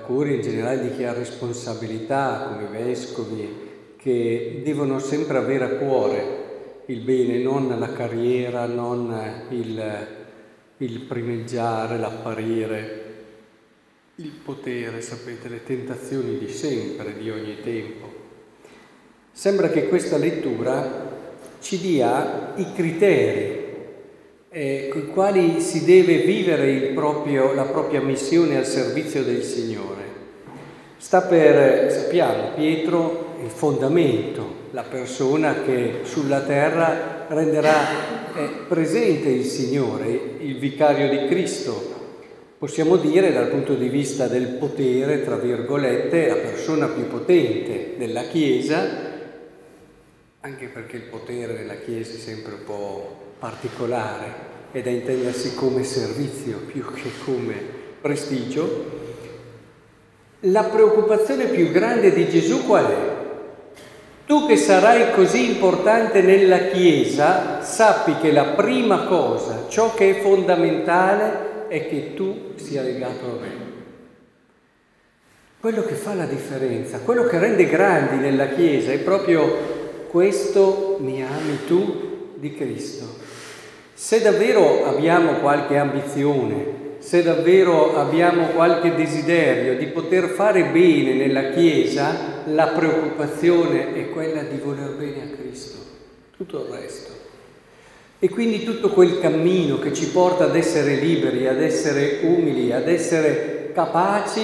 curia in generale di chi ha responsabilità come vescovi, che devono sempre avere a cuore il bene, non la carriera, non il primeggiare, l'apparire, il potere, sapete, le tentazioni di sempre, di ogni tempo. Sembra che questa lettura ci dia i criteri con i quali si deve vivere la propria missione al servizio del Signore. Sappiamo, Pietro è il fondamento, la persona che sulla terra renderà presente il Signore, il vicario di Cristo. Possiamo dire, dal punto di vista del potere, tra virgolette, la persona più potente della Chiesa, anche perché il potere della Chiesa è sempre un po' particolare, è da intendersi come servizio più che come prestigio. La preoccupazione più grande di Gesù qual è? Tu che sarai così importante nella Chiesa, sappi che la prima cosa, ciò che è fondamentale, è che tu sia legato a me. Quello che fa la differenza, quello che rende grandi nella Chiesa è proprio questo mi ami tu di Cristo. Se davvero abbiamo qualche ambizione, se davvero abbiamo qualche desiderio di poter fare bene nella Chiesa, la preoccupazione è quella di voler bene a Cristo, tutto il resto. E quindi tutto quel cammino che ci porta ad essere liberi, ad essere umili, ad essere capaci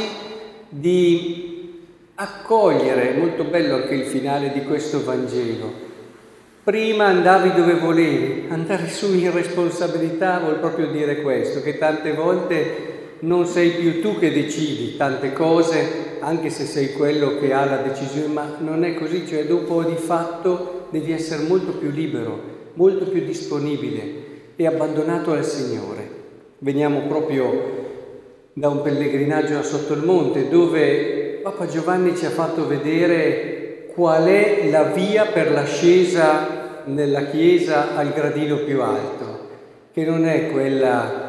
di accogliere, molto bello anche il finale di questo Vangelo. Prima andavi dove volevi, andare su in responsabilità vuol proprio dire questo, che tante volte non sei più tu che decidi tante cose, anche se sei quello che ha la decisione, ma non è così, cioè dopo di fatto devi essere molto più libero, molto più disponibile e abbandonato al Signore. Veniamo proprio da un pellegrinaggio a sotto il monte, dove Papa Giovanni ci ha fatto vedere qual è la via per l'ascesa nella Chiesa al gradino più alto, che non è quella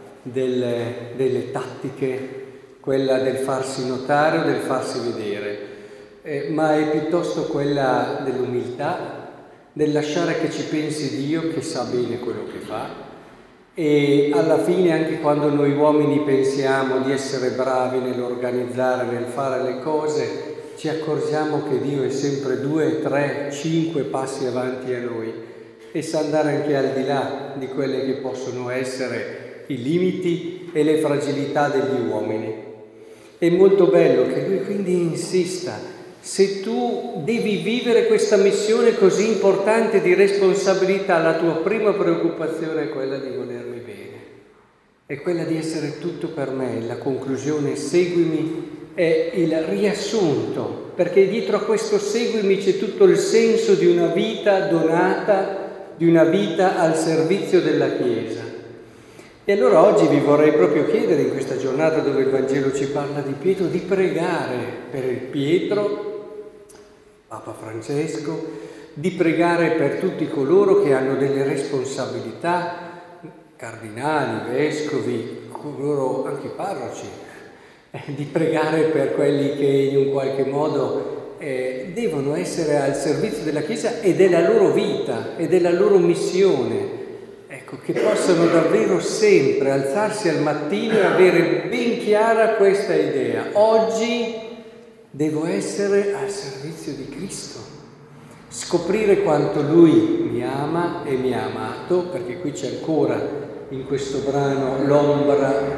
delle tattiche, quella del farsi notare o del farsi vedere, ma è piuttosto quella dell'umiltà, del lasciare che ci pensi Dio che sa bene quello che fa. E alla fine, anche quando noi uomini pensiamo di essere bravi nell'organizzare, nel fare le cose, ci accorgiamo che Dio è sempre 2, 3, 5 passi avanti a noi e sa andare anche al di là di quelle che possono essere i limiti e le fragilità degli uomini. È molto bello che Lui quindi insista: se tu devi vivere questa missione così importante di responsabilità, la tua prima preoccupazione è quella di volermi bene, è quella di essere tutto per me. La conclusione seguimi è il riassunto, perché dietro a questo seguimi c'è tutto il senso di una vita donata, di una vita al servizio della Chiesa. E allora oggi vi vorrei proprio chiedere, in questa giornata dove il Vangelo ci parla di Pietro, di pregare per il Pietro, Papa Francesco, di pregare per tutti coloro che hanno delle responsabilità, cardinali, vescovi, coloro anche parroci, di pregare per quelli che in un qualche modo devono essere al servizio della Chiesa e della loro vita e della loro missione. Ecco, che possano davvero sempre alzarsi al mattino e avere ben chiara questa idea: oggi devo essere al servizio di Cristo, scoprire quanto Lui mi ama e mi ha amato, perché qui c'è ancora in questo brano l'ombra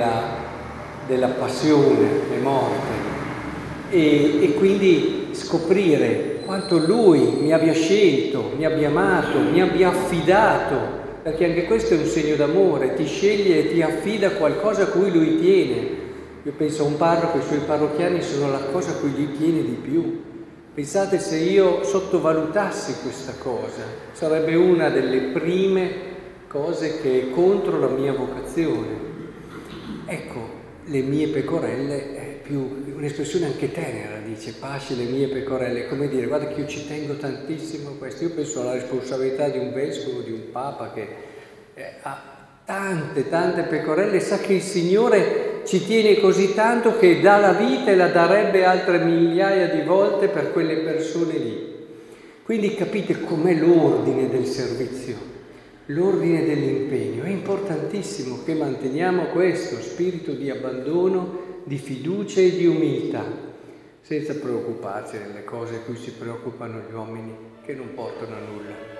della passione e morte, e quindi scoprire quanto Lui mi abbia scelto, mi abbia amato, mi abbia affidato, perché anche questo è un segno d'amore, ti sceglie e ti affida qualcosa a cui Lui tiene. Io penso a un parroco, i suoi parrocchiani sono la cosa a cui gli tiene di più. Pensate, se io sottovalutassi questa cosa, sarebbe una delle prime cose che è contro la mia vocazione. Ecco, le mie pecorelle è più un'espressione anche tenera, dice pasce le mie pecorelle, come dire, guarda che io ci tengo tantissimo a questo. Io penso alla responsabilità di un vescovo, di un papa che ha tante pecorelle, sa che il Signore ci tiene così tanto che dà la vita e la darebbe altre migliaia di volte per quelle persone lì. Quindi capite com'è l'ordine del servizio, l'ordine dell'impegno. È importantissimo che manteniamo questo spirito di abbandono, di fiducia e di umiltà, senza preoccuparci delle cose a cui si preoccupano gli uomini, che non portano a nulla.